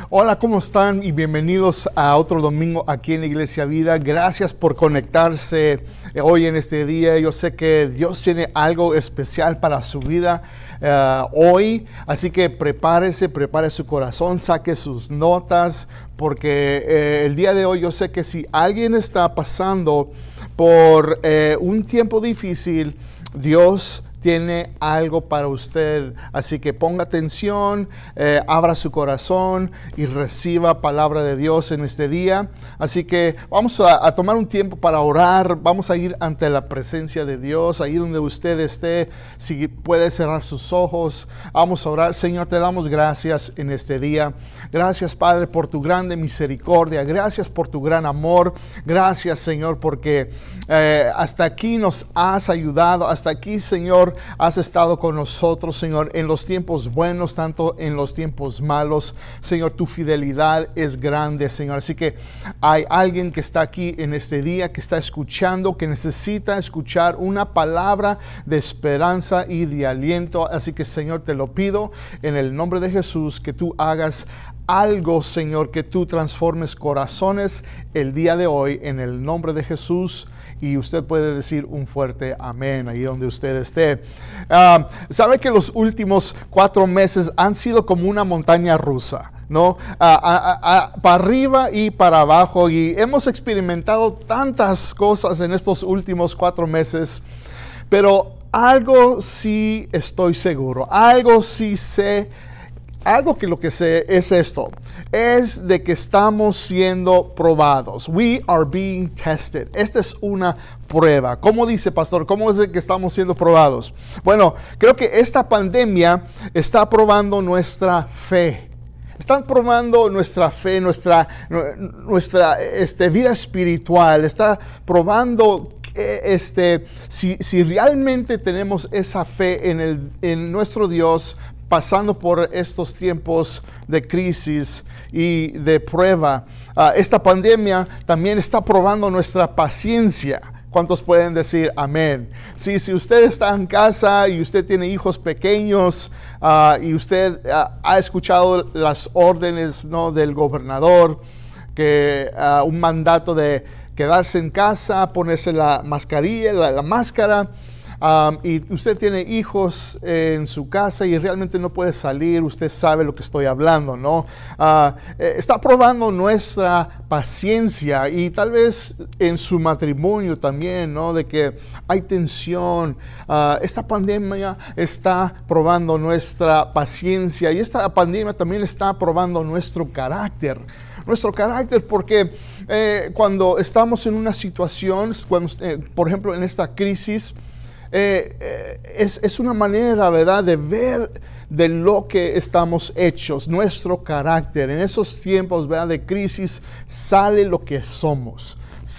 Hola, ¿cómo están? Y bienvenidos a otro domingo aquí en la Iglesia Vida. Gracias por conectarse hoy en este día. Yo sé que Dios tiene algo especial para su vida hoy, así que prepare su corazón, saque sus notas, porque el día de hoy yo sé que si alguien está pasando por un tiempo difícil, Dios tiene algo para usted, así que ponga atención, abra su corazón y reciba palabra de Dios en este día. Así que vamos a tomar un tiempo para orar, vamos a ir ante la presencia de Dios, ahí donde usted esté, si puede cerrar sus ojos, vamos a orar. Señor, te damos gracias en este día. Gracias, Padre, por tu grande misericordia, gracias por tu gran amor, gracias, Señor, porque hasta aquí nos has ayudado, hasta aquí, Señor, has estado con nosotros, Señor, en los tiempos buenos, tanto en los tiempos malos. Señor, tu fidelidad es grande, Señor. Así que hay alguien que está aquí en este día, que está escuchando, que necesita escuchar una palabra de esperanza y de aliento. Así que, Señor, te lo pido en el nombre de Jesús, que tú hagas algo, Señor, que tú transformes corazones el día de hoy en el nombre de Jesús. Y usted puede decir un fuerte amén ahí donde usted esté. Sabe que los últimos 4 meses han sido como una montaña rusa, ¿no? Para arriba y para abajo, y hemos experimentado tantas cosas en estos últimos 4 meses, pero algo sí estoy seguro, algo sí sé. Algo que lo que sé es esto, es de que estamos siendo probados. We are being tested. Esta es una prueba. ¿Cómo dice, pastor? ¿Cómo es de que estamos siendo probados? Bueno, creo que esta pandemia está probando nuestra fe. Están probando nuestra fe, nuestra vida espiritual. Está probando si realmente tenemos esa fe en nuestro Dios, pasando por estos tiempos de crisis y de prueba. Esta pandemia también está probando nuestra paciencia. ¿Cuántos pueden decir amén? Si usted está en casa y usted tiene hijos pequeños y usted ha escuchado las órdenes, ¿no?, del gobernador, que un mandato de quedarse en casa, ponerse la mascarilla, la máscara, y usted tiene hijos en su casa y realmente no puede salir, usted sabe lo que estoy hablando, ¿no? Está probando nuestra paciencia, y tal vez en su matrimonio también, ¿no? De que hay tensión. Esta pandemia está probando nuestra paciencia, y esta pandemia también está probando nuestro carácter. Porque cuando estamos en una situación, por ejemplo en esta crisis, es una manera, ¿verdad?, de ver de lo que estamos hechos, nuestro carácter. En esos tiempos, ¿verdad?, de crisis sale lo que somos.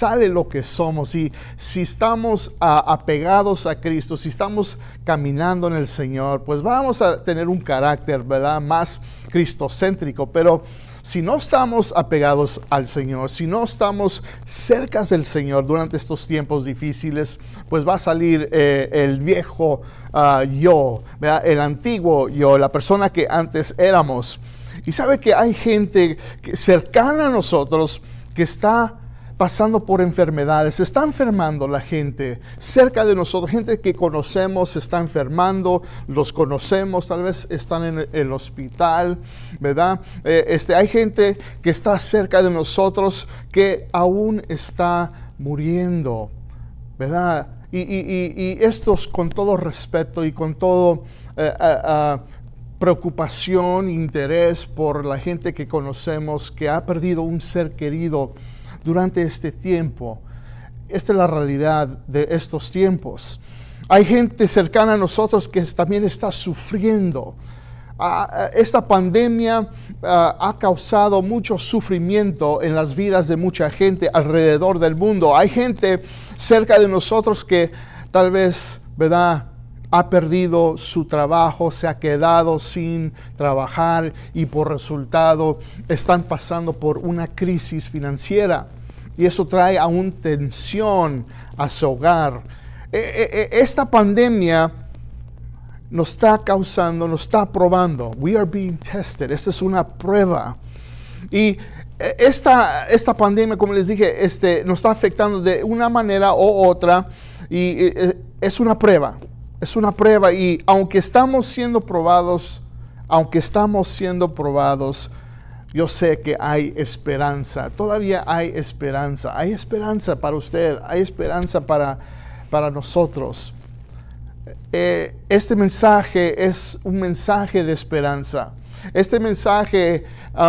Y si estamos apegados a Cristo, si estamos caminando en el Señor, pues vamos a tener un carácter, ¿verdad?, más cristocéntrico. Pero si no estamos apegados al Señor, si no estamos cerca del Señor durante estos tiempos difíciles, pues va a salir el viejo yo, ¿verdad?, el antiguo yo, la persona que antes éramos. Y sabe que hay gente cercana a nosotros que está pasando por enfermedades. Se está enfermando la gente cerca de nosotros, gente que conocemos se está enfermando, los conocemos, tal vez están en el hospital, ¿verdad? Hay gente que está cerca de nosotros que aún está muriendo, ¿verdad? Y estos, con todo respeto y con todo preocupación, interés por la gente que conocemos, que ha perdido un ser querido durante este tiempo. Esta es la realidad de estos tiempos. Hay gente cercana a nosotros que también está sufriendo. Esta pandemia ha causado mucho sufrimiento en las vidas de mucha gente alrededor del mundo. Hay gente cerca de nosotros que tal vez, ¿verdad?, ha perdido su trabajo, se ha quedado sin trabajar, y por resultado están pasando por una crisis financiera, y eso trae aún tensión a su hogar. Esta pandemia nos está causando, nos está probando. We are being tested. Esta es una prueba. Y esta pandemia, como les dije, nos está afectando de una manera u otra, y es una prueba. Es una prueba, y aunque estamos siendo probados, yo sé que hay esperanza. Todavía hay esperanza. Hay esperanza para usted, hay esperanza para nosotros. Este mensaje es un mensaje de esperanza. Este mensaje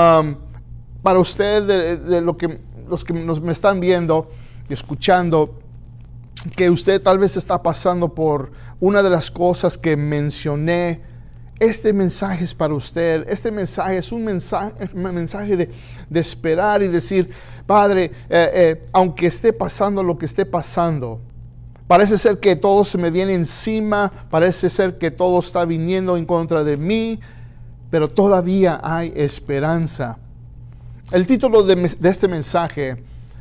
para usted, de los que me están viendo y escuchando, que usted tal vez está pasando por una de las cosas que mencioné. Este mensaje es para usted. Este mensaje es un mensaje de esperar y decir: Padre, aunque esté pasando lo que esté pasando, parece ser que todo se me viene encima, parece ser que todo está viniendo en contra de mí, pero todavía hay esperanza. El título de este mensaje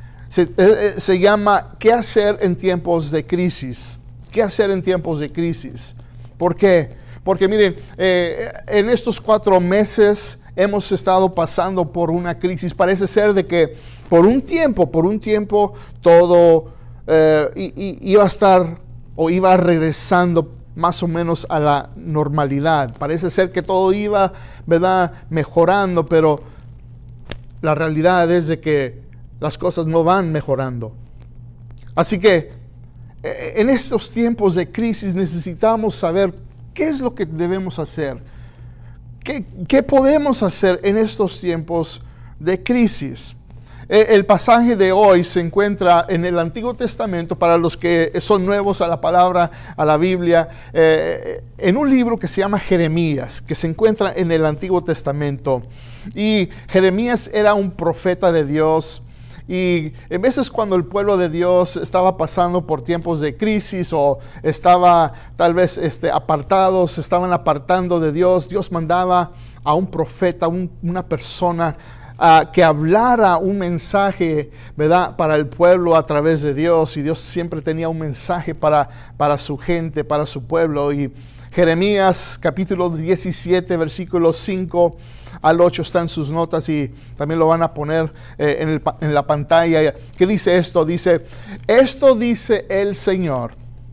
se llama ¿Qué hacer en tiempos de crisis? ¿Qué hacer en tiempos de crisis? ¿Por qué? Porque miren, en estos 4 meses hemos estado pasando por una crisis. Parece ser de que por un tiempo todo iba a estar o iba regresando más o menos a la normalidad. Parece ser que todo iba, ¿verdad?, mejorando, pero la realidad es de que las cosas no van mejorando. Así que en estos tiempos de crisis necesitamos saber qué es lo que debemos hacer. ¿Qué podemos hacer en estos tiempos de crisis? El pasaje de hoy se encuentra en el Antiguo Testamento, para los que son nuevos a la palabra, a la Biblia, en un libro que se llama Jeremías, que se encuentra en el Antiguo Testamento. Y Jeremías era un profeta de Dios. Y en veces cuando el pueblo de Dios estaba pasando por tiempos de crisis o estaba tal vez apartados, se estaban apartando de Dios, Dios mandaba a un profeta, una persona que hablara un mensaje, ¿verdad?, para el pueblo a través de Dios. Y Dios siempre tenía un mensaje para su gente, para su pueblo. Y Jeremías capítulo 17, versículos 5 al 8 están sus notas, y también lo van a poner en la pantalla. ¿Qué dice esto? Dice: esto dice el Señor: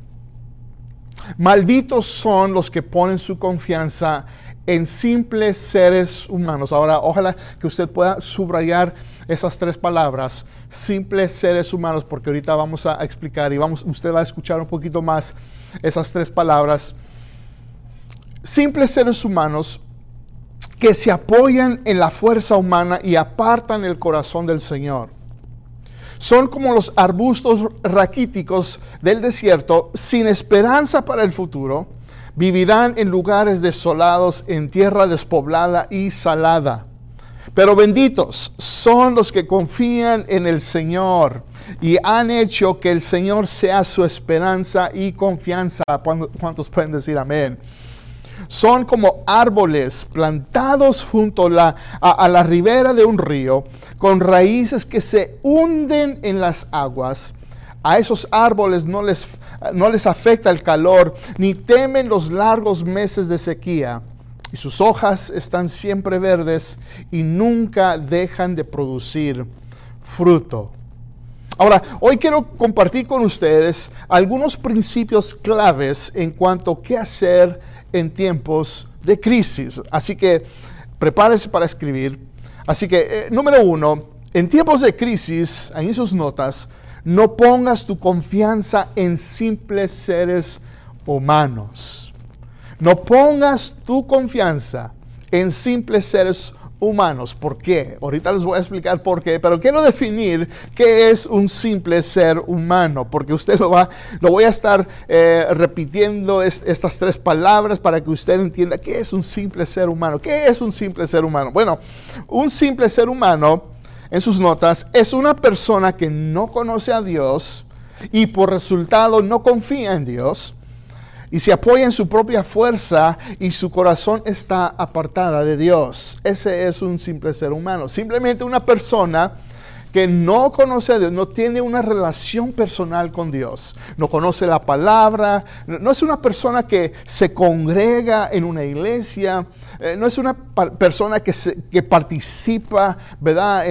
malditos son los que ponen su confianza en simples seres humanos. Ahora, ojalá que usted pueda subrayar esas 3 palabras, simples seres humanos, porque ahorita vamos a explicar y usted va a escuchar un poquito más esas 3 palabras. Simples seres humanos que se apoyan en la fuerza humana y apartan el corazón del Señor. Son como los arbustos raquíticos del desierto, sin esperanza para el futuro. Vivirán en lugares desolados, en tierra despoblada y salada. Pero benditos son los que confían en el Señor y han hecho que el Señor sea su esperanza y confianza. ¿Cuántos pueden decir amén? Son como árboles plantados junto a la ribera de un río, con raíces que se hunden en las aguas. A esos árboles no les afecta el calor, ni temen los largos meses de sequía. Y sus hojas están siempre verdes y nunca dejan de producir fruto. Ahora, hoy quiero compartir con ustedes algunos principios claves en cuanto a qué hacer en tiempos de crisis. Así que prepárese para escribir. Así que, número 1, en tiempos de crisis, ahí en sus notas, no pongas tu confianza en simples seres humanos. No pongas tu confianza en simples seres humanos. ¿Por qué? Ahorita les voy a explicar por qué, pero quiero definir qué es un simple ser humano, porque usted lo voy a estar repitiendo estas 3 palabras para que usted entienda qué es un simple ser humano. ¿Qué es un simple ser humano? Bueno, un simple ser humano, en sus notas, es una persona que no conoce a Dios y por resultado no confía en Dios, y se apoya en su propia fuerza y su corazón está apartada de Dios. Ese es un simple ser humano. Simplemente una persona que no conoce a Dios, no tiene una relación personal con Dios, no conoce la palabra, no es una persona que se congrega en una iglesia, no es una persona que participa, ¿verdad?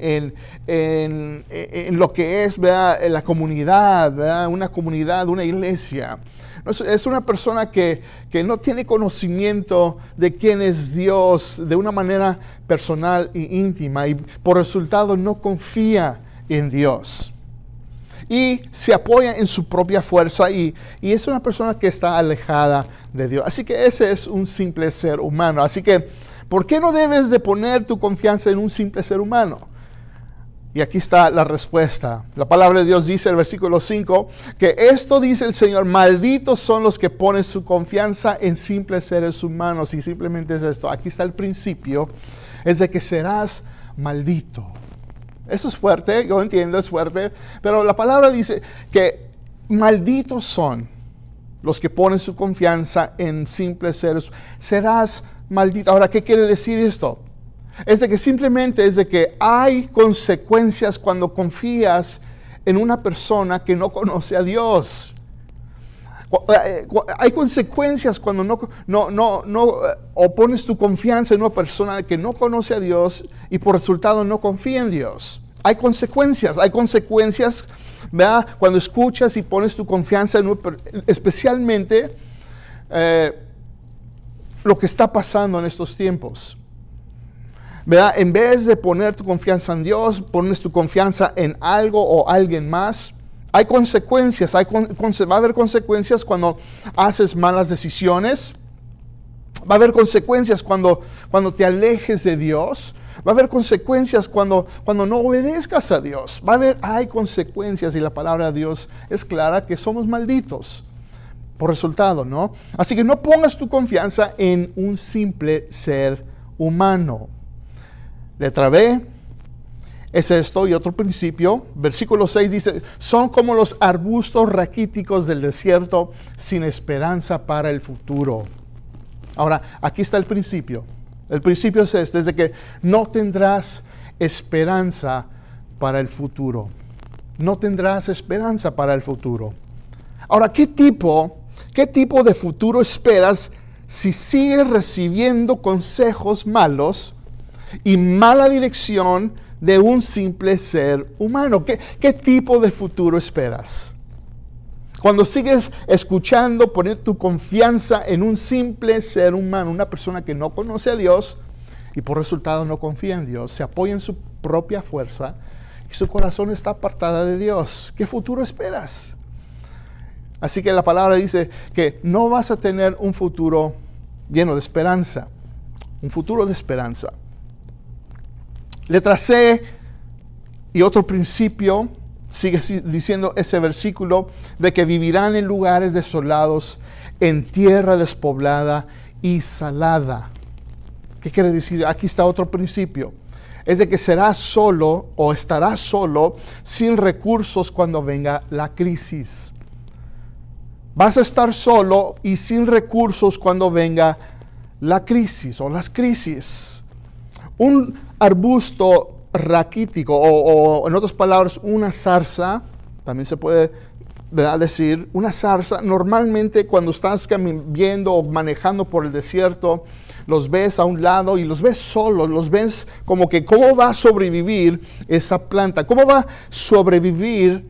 En lo que es, ¿verdad? En la comunidad, ¿verdad? Una comunidad, una iglesia. Es una persona que no tiene conocimiento de quién es Dios de una manera personal e íntima, y por resultado no confía en Dios. Y se apoya en su propia fuerza y es una persona que está alejada de Dios. Así que ese es un simple ser humano. Así que, ¿por qué no debes de poner tu confianza en un simple ser humano? Y aquí está la respuesta. La palabra de Dios dice en el versículo 5, que esto dice el Señor: malditos son los que ponen su confianza en simples seres humanos. Y simplemente es esto. Aquí está el principio, es de que serás maldito. Eso es fuerte, yo entiendo, es fuerte, pero la palabra dice que malditos son los que ponen su confianza en simples seres. Serás maldito. Ahora, ¿qué quiere decir esto? Es de que simplemente es de que hay consecuencias cuando confías en una persona que no conoce a Dios. Hay consecuencias cuando o pones tu confianza en una persona que no conoce a Dios y por resultado no confía en Dios. Hay consecuencias, ¿verdad? Cuando escuchas y pones tu confianza en especialmente lo que está pasando en estos tiempos. ¿Verdad? En vez de poner tu confianza en Dios, pones tu confianza en algo o alguien más. Hay consecuencias, va a haber consecuencias cuando haces malas decisiones. Va a haber consecuencias cuando te alejes de Dios. Va a haber consecuencias cuando no obedezcas a Dios. Hay consecuencias, y la palabra de Dios es clara que somos malditos por resultado, ¿no? Así que no pongas tu confianza en un simple ser humano. Letra B, es esto, y otro principio. Versículo 6 dice: son como los arbustos raquíticos del desierto, sin esperanza para el futuro. Ahora, aquí está el principio. El principio es este, es de que no tendrás esperanza para el futuro. No tendrás esperanza para el futuro. Ahora, ¿qué tipo de futuro esperas si sigues recibiendo consejos malos y mala dirección de un simple ser humano? ¿Qué tipo de futuro esperas? Cuando sigues escuchando, poner tu confianza en un simple ser humano, una persona que no conoce a Dios y por resultado no confía en Dios, se apoya en su propia fuerza y su corazón está apartada de Dios. ¿Qué futuro esperas? Así que la palabra dice que no vas a tener un futuro lleno de esperanza, un futuro de esperanza. Letra C, y otro principio, sigue diciendo ese versículo, de que vivirán en lugares desolados, en tierra despoblada y salada. ¿Qué quiere decir? Aquí está otro principio. Es de que serás solo o estarás solo, sin recursos cuando venga la crisis. Vas a estar solo y sin recursos cuando venga la crisis o las crisis. Un arbusto raquítico o en otras palabras una zarza, también se puede, ¿verdad?, decir, una zarza, normalmente cuando estás viendo o manejando por el desierto, los ves a un lado y los ves solos, los ves como que cómo va a sobrevivir esa planta, cómo va a sobrevivir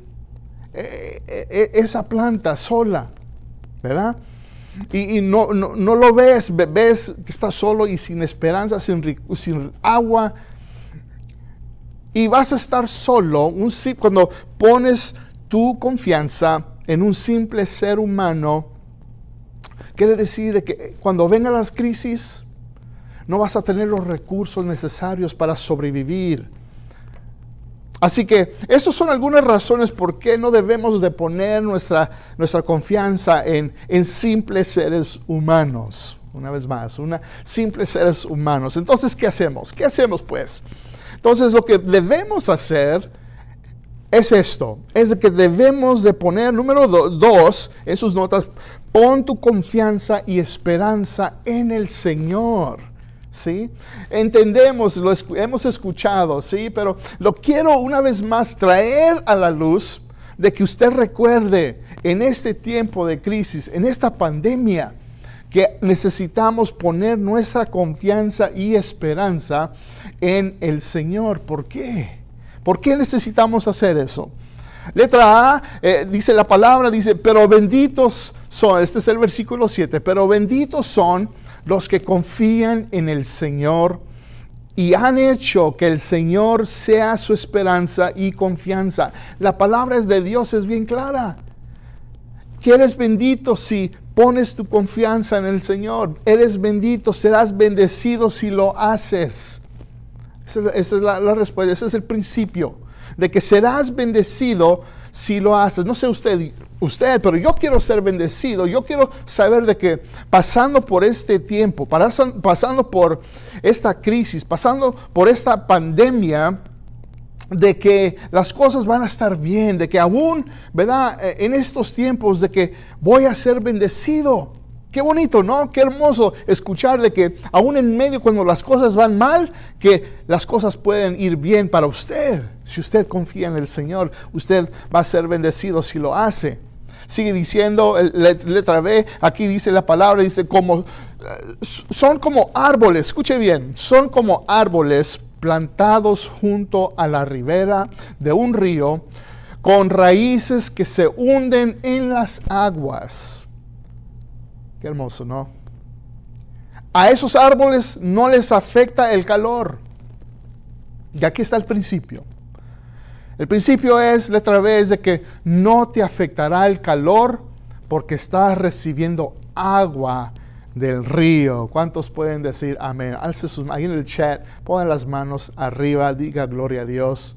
esa planta sola, ¿verdad? Y no lo ves que está solo y sin esperanza, sin agua. Y vas a estar solo cuando pones tu confianza en un simple ser humano. Quiere decir de que cuando vengan las crisis, no vas a tener los recursos necesarios para sobrevivir. Así que estas son algunas razones por qué no debemos de poner nuestra confianza en simples seres humanos. Una vez más, simples seres humanos. Entonces, ¿qué hacemos? ¿Qué hacemos pues? Entonces, lo que debemos hacer es esto. Es que debemos de poner, número 2, en sus notas, pon tu confianza y esperanza en el Señor. ¿sí? Entendemos, hemos escuchado, ¿sí? Pero lo quiero una vez más traer a la luz de que usted recuerde en este tiempo de crisis, en esta pandemia, que necesitamos poner nuestra confianza y esperanza en el Señor. ¿Por qué? ¿Por qué necesitamos hacer eso? Letra A, dice la palabra, dice, pero benditos son, este es el versículo 7, pero benditos son los que confían en el Señor y han hecho que el Señor sea su esperanza y confianza. La palabra de Dios es bien clara. Que eres bendito si pones tu confianza en el Señor. Eres bendito, serás bendecido si lo haces. Esa es la respuesta, ese es el principio. De que serás bendecido si lo haces. No sé usted, pero yo quiero ser bendecido. Yo quiero saber de que pasando por este tiempo, pasando por esta crisis, pasando por esta pandemia, de que las cosas van a estar bien, de que aún, ¿verdad? En estos tiempos de que voy a ser bendecido. Qué bonito, ¿no? Qué hermoso escuchar de que aún en medio cuando las cosas van mal, que las cosas pueden ir bien para usted. Si usted confía en el Señor, usted va a ser bendecido si lo hace. Sigue diciendo, letra B, aquí dice la palabra, dice son como árboles, escuche bien, son como árboles plantados junto a la ribera de un río, con raíces que se hunden en las aguas. Qué hermoso, ¿no? A esos árboles no les afecta el calor. Y aquí está el principio. El principio es, letra B, es de que no te afectará el calor porque estás recibiendo agua del río. ¿Cuántos pueden decir amén? Alce sus manos ahí en el chat, pongan las manos arriba, diga gloria a Dios.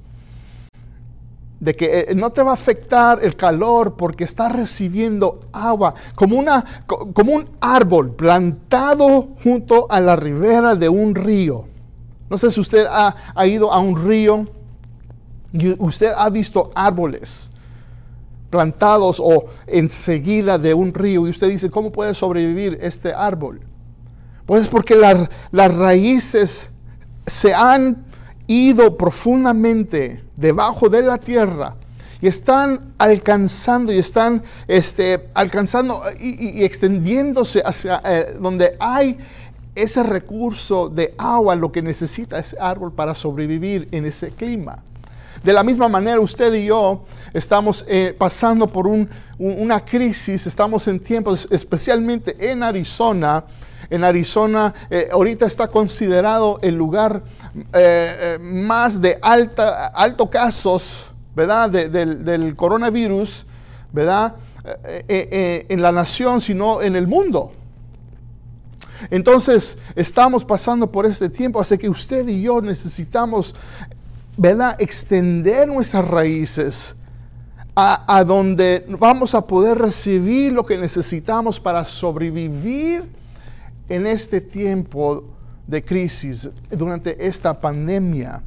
De que no te va a afectar el calor porque estás recibiendo agua, como un árbol plantado junto a la ribera de un río. No sé si usted ha ido a un río y usted ha visto árboles plantados o enseguida de un río y usted dice, ¿cómo puede sobrevivir este árbol? Pues es porque las raíces se han ido profundamente debajo de la tierra y están alcanzando y están alcanzando y extendiéndose hacia donde hay ese recurso de agua, lo que necesita ese árbol para sobrevivir en ese clima. De la misma manera, usted y yo estamos pasando por una crisis, estamos en tiempos, especialmente en Arizona. En Arizona ahorita está considerado el lugar más de alto casos, ¿verdad? Del coronavirus, ¿verdad? En la nación, sino en el mundo. Entonces, estamos pasando por este tiempo, así que usted y yo necesitamos, ¿verdad?, extender nuestras raíces a donde vamos a poder recibir lo que necesitamos para sobrevivir en este tiempo de crisis, durante esta pandemia.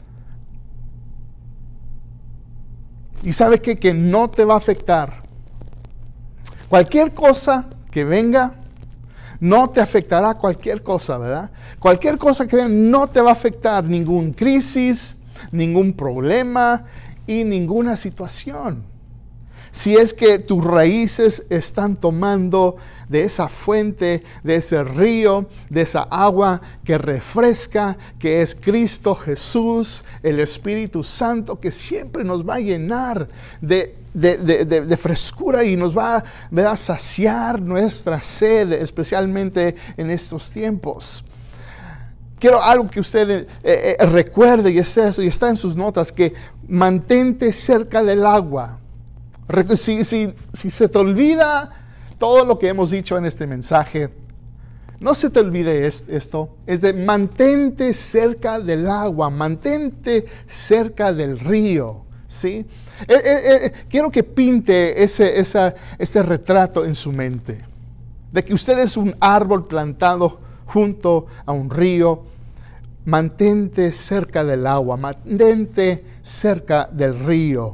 Y sabe que no te va a afectar. Cualquier cosa que venga, no te afectará cualquier cosa, ¿verdad? Cualquier cosa que venga no te va a afectar, ningún crisis, ningún problema y ninguna situación. Si es que tus raíces están tomando de esa fuente, de ese río, de esa agua que refresca, que es Cristo Jesús, el Espíritu Santo, que siempre nos va a llenar de frescura y nos va a saciar nuestra sed, especialmente en estos tiempos. Quiero algo que usted recuerde y está en sus notas, que mantente cerca del agua. Si se te olvida todo lo que hemos dicho en este mensaje, no se te olvide esto, es de mantente cerca del agua, mantente cerca del río, ¿sí? Quiero que pinte ese retrato en su mente, de que usted es un árbol plantado junto a un río. Mantente cerca del agua, mantente cerca del río.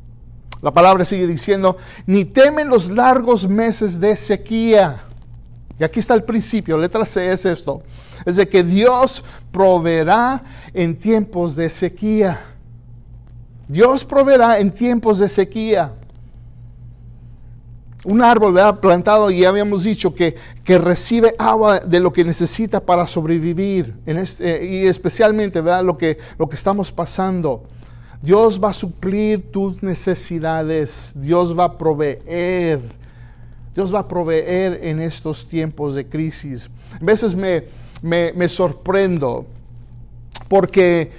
La palabra sigue diciendo, ni temen los largos meses de sequía. Y aquí está el principio, letra C es esto. Es de que Dios proveerá en tiempos de sequía. Dios proveerá en tiempos de sequía. Un árbol, ¿verdad?, plantado, y ya habíamos dicho que recibe agua de lo que necesita para sobrevivir. Y especialmente, ¿verdad?, lo que estamos pasando. Dios va a suplir tus necesidades. Dios va a proveer. Dios va a proveer en estos tiempos de crisis. A veces me sorprendo porque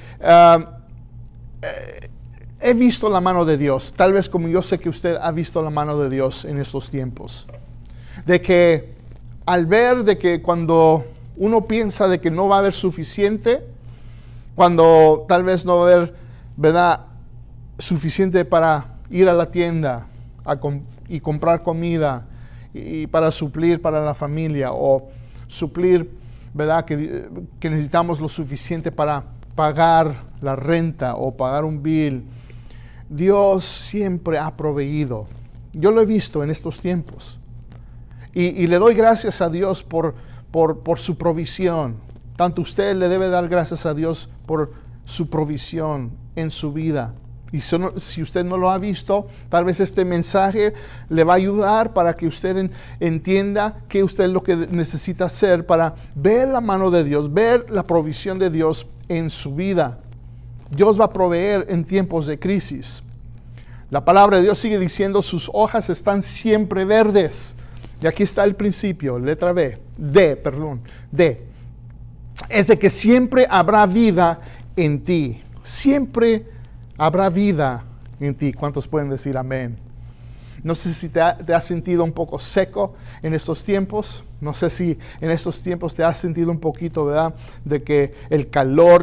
he visto la mano de Dios, tal vez como yo sé que usted ha visto la mano de Dios en estos tiempos. De que al ver de que cuando uno piensa de que no va a haber suficiente, cuando tal vez no va a haber, ¿verdad?, suficiente para ir a la tienda y comprar comida y para suplir para la familia, o suplir, ¿verdad?, que necesitamos lo suficiente para pagar la renta o pagar un bill. Dios siempre ha proveído. Yo lo he visto en estos tiempos. Y le doy gracias a Dios por su provisión. Tanto usted le debe dar gracias a Dios por su provisión en su vida. Y si usted no lo ha visto, tal vez este mensaje le va a ayudar para que usted entienda que usted es lo que necesita hacer para ver la mano de Dios, ver la provisión de Dios en su vida. Dios va a proveer en tiempos de crisis. La palabra de Dios sigue diciendo, sus hojas están siempre verdes. Y aquí está el principio, letra D. Es de que siempre habrá vida en ti. Siempre habrá vida en ti. ¿Cuántos pueden decir amén? No sé si te has sentido un poco seco en estos tiempos. No sé si en estos tiempos te has sentido un poquito, ¿verdad?, de que el calor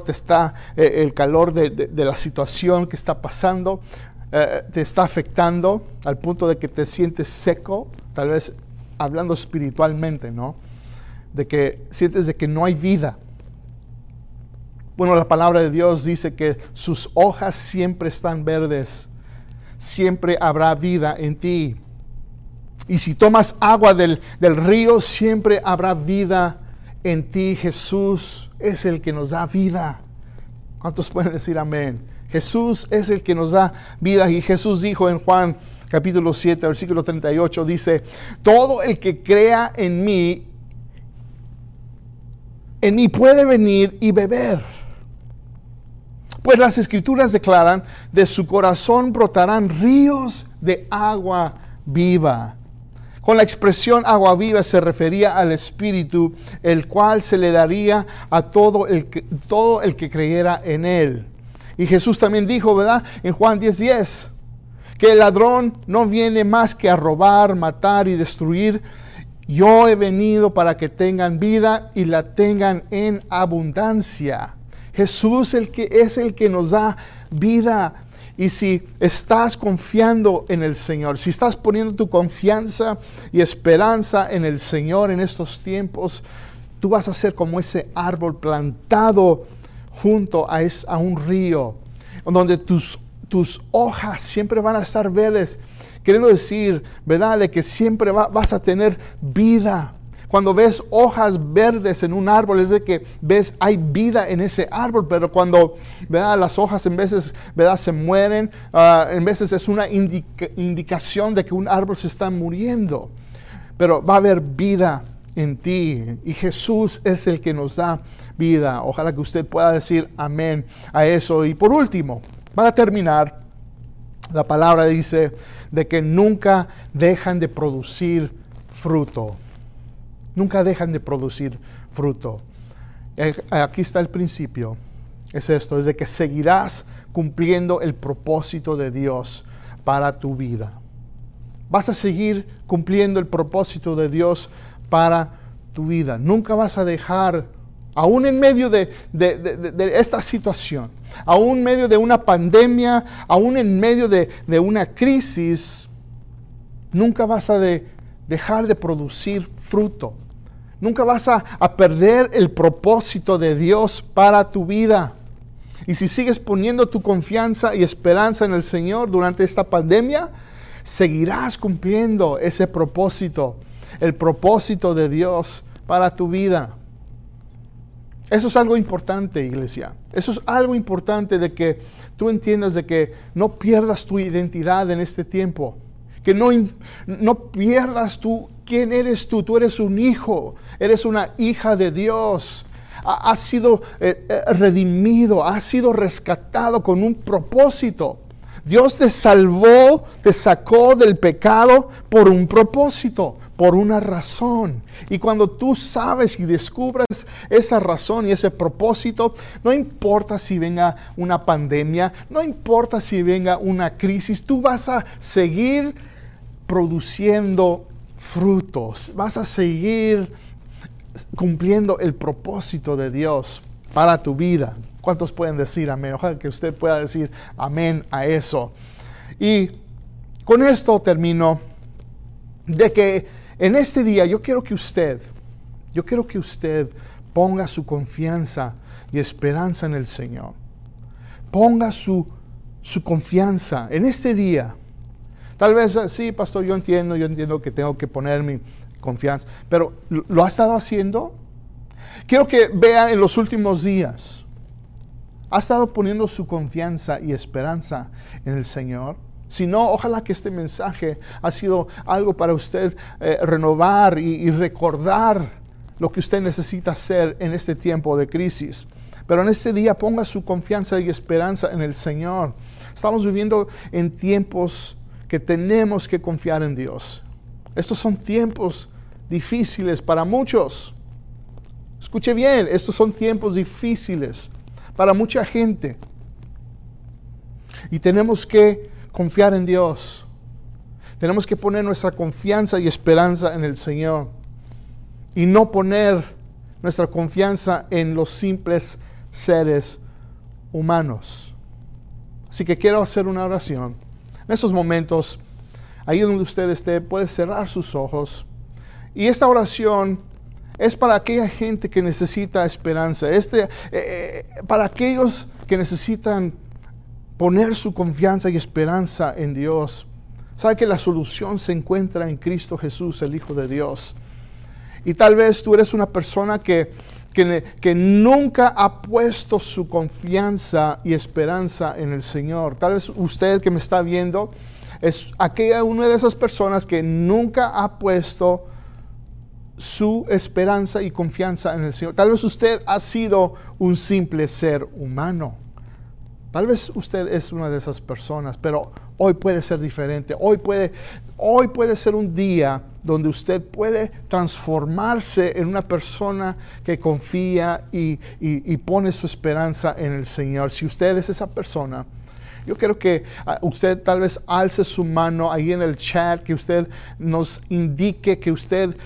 de la situación que está pasando te está afectando al punto de que te sientes seco, tal vez hablando espiritualmente, ¿no? De que sientes de que no hay vida. Bueno, la palabra de Dios dice que sus hojas siempre están verdes. Siempre habrá vida en ti. Y si tomas agua del río, siempre habrá vida en ti. Jesús es el que nos da vida. ¿Cuántos pueden decir amén? Jesús es el que nos da vida. Y Jesús dijo en Juan capítulo 7, versículo 38, dice, todo el que crea en mí puede venir y beber. Pues las Escrituras declaran, de su corazón brotarán ríos de agua viva. Con la expresión agua viva se refería al Espíritu, el cual se le daría a todo el que creyera en Él. Y Jesús también dijo, ¿verdad?, en Juan 10:10, que el ladrón no viene más que a robar, matar y destruir. Yo he venido para que tengan vida y la tengan en abundancia. Jesús es el que nos da vida. Y si estás confiando en el Señor, si estás poniendo tu confianza y esperanza en el Señor en estos tiempos, tú vas a ser como ese árbol plantado junto a un río, donde tus hojas siempre van a estar verdes, queriendo decir, ¿verdad?, de que siempre vas a tener vida. Cuando ves hojas verdes en un árbol, es de que hay vida en ese árbol, pero cuando, ¿verdad?, las hojas en veces, ¿verdad?, se mueren, en veces es una indicación de que un árbol se está muriendo. Pero va a haber vida en ti, y Jesús es el que nos da vida. Ojalá que usted pueda decir amén a eso. Y por último, para terminar, la palabra dice de que nunca dejan de producir fruto. Nunca dejan de producir fruto. Aquí está el principio. Es esto, es de que seguirás cumpliendo el propósito de Dios para tu vida. Vas a seguir cumpliendo el propósito de Dios para tu vida. Nunca vas a dejar, aún en medio de esta situación, aún en medio de una pandemia, aún en medio de una crisis, nunca vas a dejar de producir fruto. Nunca vas a perder el propósito de Dios para tu vida. Y si sigues poniendo tu confianza y esperanza en el Señor durante esta pandemia, seguirás cumpliendo ese propósito el propósito de Dios para tu vida. Eso es algo importante, iglesia. Eso es algo importante, de que tú entiendas de que no pierdas tu identidad en este tiempo. Que no pierdas quién eres tú. Tú eres un hijo, eres una hija de Dios. Has sido redimido, has sido rescatado con un propósito. Dios te salvó, te sacó del pecado por un propósito, por una razón. Y cuando tú sabes y descubres esa razón y ese propósito, no importa si venga una pandemia, no importa si venga una crisis, tú vas a seguir produciendo frutos, vas a seguir cumpliendo el propósito de Dios para tu vida. ¿Cuántos pueden decir amén? Ojalá que usted pueda decir amén a eso. Y con esto termino, de que en este día yo quiero que usted ponga su confianza y esperanza en el Señor. Ponga su confianza en este día. Tal vez, sí, pastor, yo entiendo que tengo que poner mi confianza, pero ¿lo ha estado haciendo? Quiero que vea en los últimos días. ¿Ha estado poniendo su confianza y esperanza en el Señor? Si no, ojalá que este mensaje ha sido algo para usted renovar y recordar lo que usted necesita hacer en este tiempo de crisis. Pero en este día ponga su confianza y esperanza en el Señor. Estamos viviendo en tiempos que tenemos que confiar en Dios. Estos son tiempos difíciles para muchos. Escuche bien, estos son tiempos difíciles para mucha gente. Y tenemos que confiar en Dios. Tenemos que poner nuestra confianza y esperanza en el Señor. Y no poner nuestra confianza en los simples seres humanos. Así que quiero hacer una oración. En estos momentos, ahí donde usted esté, puede cerrar sus ojos. Y esta oración es para aquella gente que necesita esperanza. Para aquellos que necesitan poner su confianza y esperanza en Dios. Sabe que la solución se encuentra en Cristo Jesús, el Hijo de Dios. Y tal vez tú eres una persona que nunca ha puesto su confianza y esperanza en el Señor. Tal vez usted que me está viendo es una de esas personas que nunca ha puesto su esperanza y confianza en el Señor. Tal vez usted ha sido un simple ser humano. Tal vez usted es una de esas personas, pero hoy puede ser diferente. Hoy puede ser un día donde usted puede transformarse en una persona que confía y pone su esperanza en el Señor. Si usted es esa persona, yo quiero que usted tal vez alce su mano ahí en el chat, que usted nos indique que usted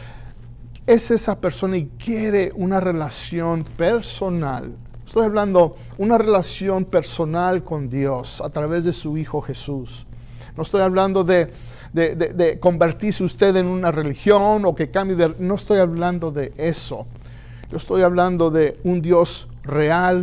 es esa persona y quiere una relación personal. Estoy hablando una relación personal con Dios a través de su Hijo Jesús. No estoy hablando de convertirse usted en una religión o que cambie no estoy hablando de eso. Yo estoy hablando de un Dios real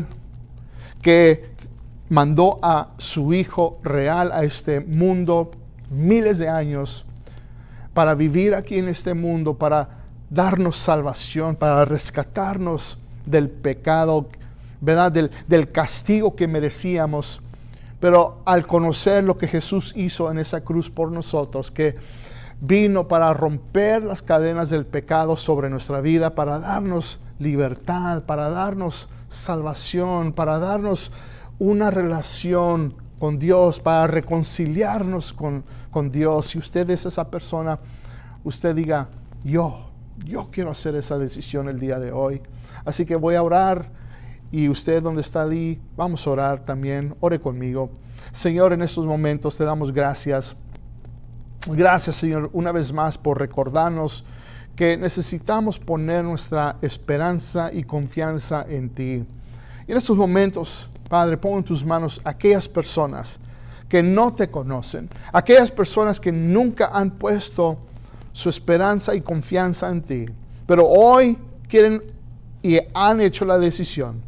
que mandó a su Hijo real a este mundo miles de años para vivir aquí en este mundo, para darnos salvación, para rescatarnos del pecado, ¿verdad? Del castigo que merecíamos. Pero al conocer lo que Jesús hizo en esa cruz por nosotros, que vino para romper las cadenas del pecado sobre nuestra vida, para darnos libertad, para darnos salvación, para darnos una relación con Dios, para reconciliarnos con Dios. Si usted es esa persona, usted diga, yo quiero hacer esa decisión el día de hoy. Así que voy a orar. Y usted donde está ahí, vamos a orar también. Ore conmigo. Señor, en estos momentos te damos gracias. Gracias, Señor, una vez más por recordarnos que necesitamos poner nuestra esperanza y confianza en ti. Y en estos momentos, Padre, pon en tus manos aquellas personas que no te conocen, aquellas personas que nunca han puesto su esperanza y confianza en ti, pero hoy quieren y han hecho la decisión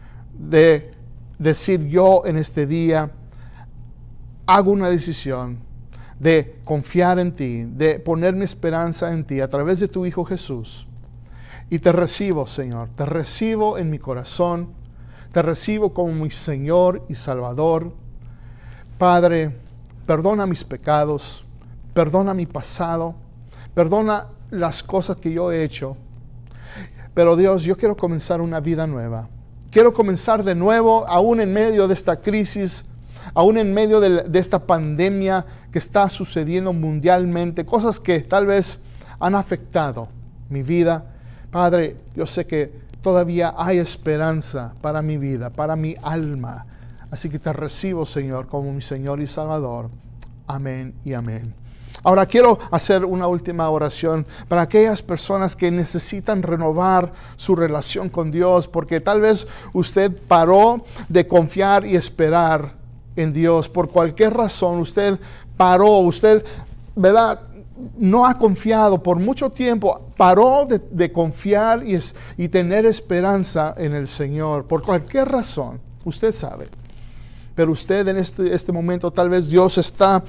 de decir, yo en este día hago una decisión de confiar en ti, de poner mi esperanza en ti a través de tu Hijo Jesús. Y te recibo, Señor, te recibo en mi corazón, te recibo como mi Señor y Salvador. Padre, perdona mis pecados, perdona mi pasado, perdona las cosas que yo he hecho. Pero Dios, yo quiero comenzar una vida nueva. Quiero comenzar de nuevo, aún en medio de esta crisis, aún en medio de esta pandemia que está sucediendo mundialmente, cosas que tal vez han afectado mi vida. Padre, yo sé que todavía hay esperanza para mi vida, para mi alma. Así que te recibo, Señor, como mi Señor y Salvador. Amén y amén. Ahora quiero hacer una última oración para aquellas personas que necesitan renovar su relación con Dios, porque tal vez usted paró de confiar y esperar en Dios. Por cualquier razón, usted paró, usted, ¿verdad?, no ha confiado por mucho tiempo, paró de confiar y tener esperanza en el Señor. Por cualquier razón, usted sabe. Pero usted en este momento, tal vez Dios está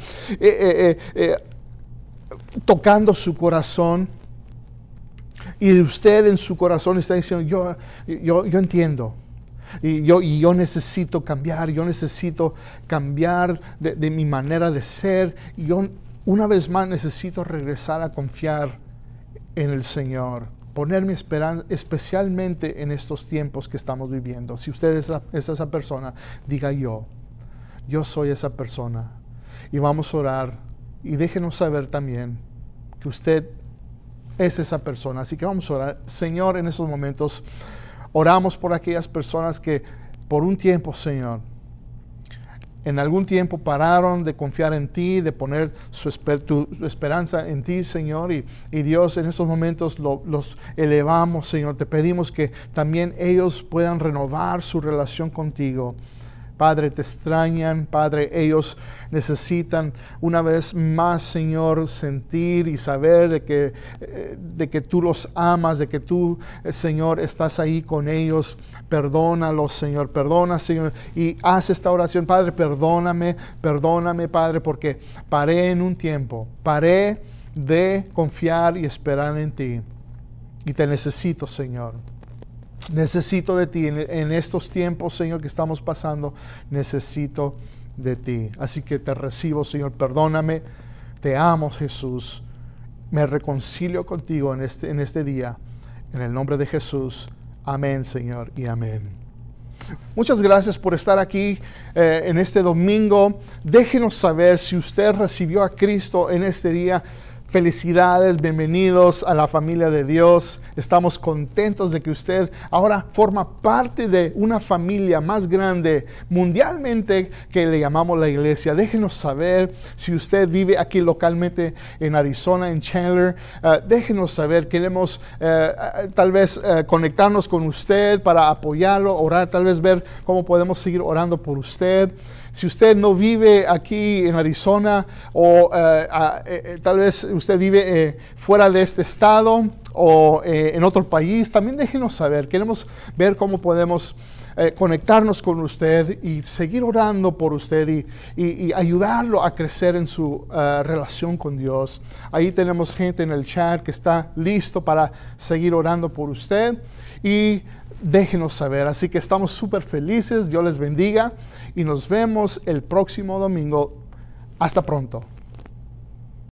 tocando su corazón, y usted en su corazón está diciendo, yo entiendo, y yo necesito cambiar, de mi manera de ser, y yo una vez más necesito regresar a confiar en el Señor, poner mi esperanza, especialmente en estos tiempos que estamos viviendo. Si usted es esa persona, diga yo soy esa persona, y vamos a orar, y déjenos saber también que usted es esa persona. Así que vamos a orar. Señor, en estos momentos oramos por aquellas personas que por un tiempo, Señor, en algún tiempo pararon de confiar en ti, de poner su esperanza en ti, Señor. Y Dios, en estos momentos los elevamos, Señor. Te pedimos que también ellos puedan renovar su relación contigo. Padre, te extrañan, Padre, ellos necesitan una vez más, Señor, sentir y saber de que tú los amas, de que tú, Señor, estás ahí con ellos. Perdónalos, Señor, perdona, Señor, y haz esta oración. Padre, perdóname, Padre, porque paré en un tiempo, paré de confiar y esperar en ti, y te necesito, Señor. Necesito de ti en estos tiempos, Señor, que estamos pasando. Necesito de ti. Así que te recibo, Señor. Perdóname. Te amo, Jesús. Me reconcilio contigo en este día. En el nombre de Jesús. Amén, Señor, y amén. Muchas gracias por estar aquí en este domingo. Déjenos saber si usted recibió a Cristo en este día. Felicidades, bienvenidos a la familia de Dios. Estamos contentos de que usted ahora forma parte de una familia más grande mundialmente que le llamamos la iglesia. Déjenos saber si usted vive aquí localmente en Arizona, en Chandler. Déjenos saber, queremos tal vez conectarnos con usted para apoyarlo, orar, tal vez ver cómo podemos seguir orando por usted. Si usted no vive aquí en Arizona o tal vez usted vive fuera de este estado o en otro país, también déjenos saber. Queremos ver cómo podemos conectarnos con usted y seguir orando por usted y ayudarlo a crecer en su relación con Dios. Ahí tenemos gente en el chat que está listo para seguir orando por usted, y déjenos saber. Así que estamos súper felices. Dios les bendiga y nos vemos el próximo domingo. Hasta pronto.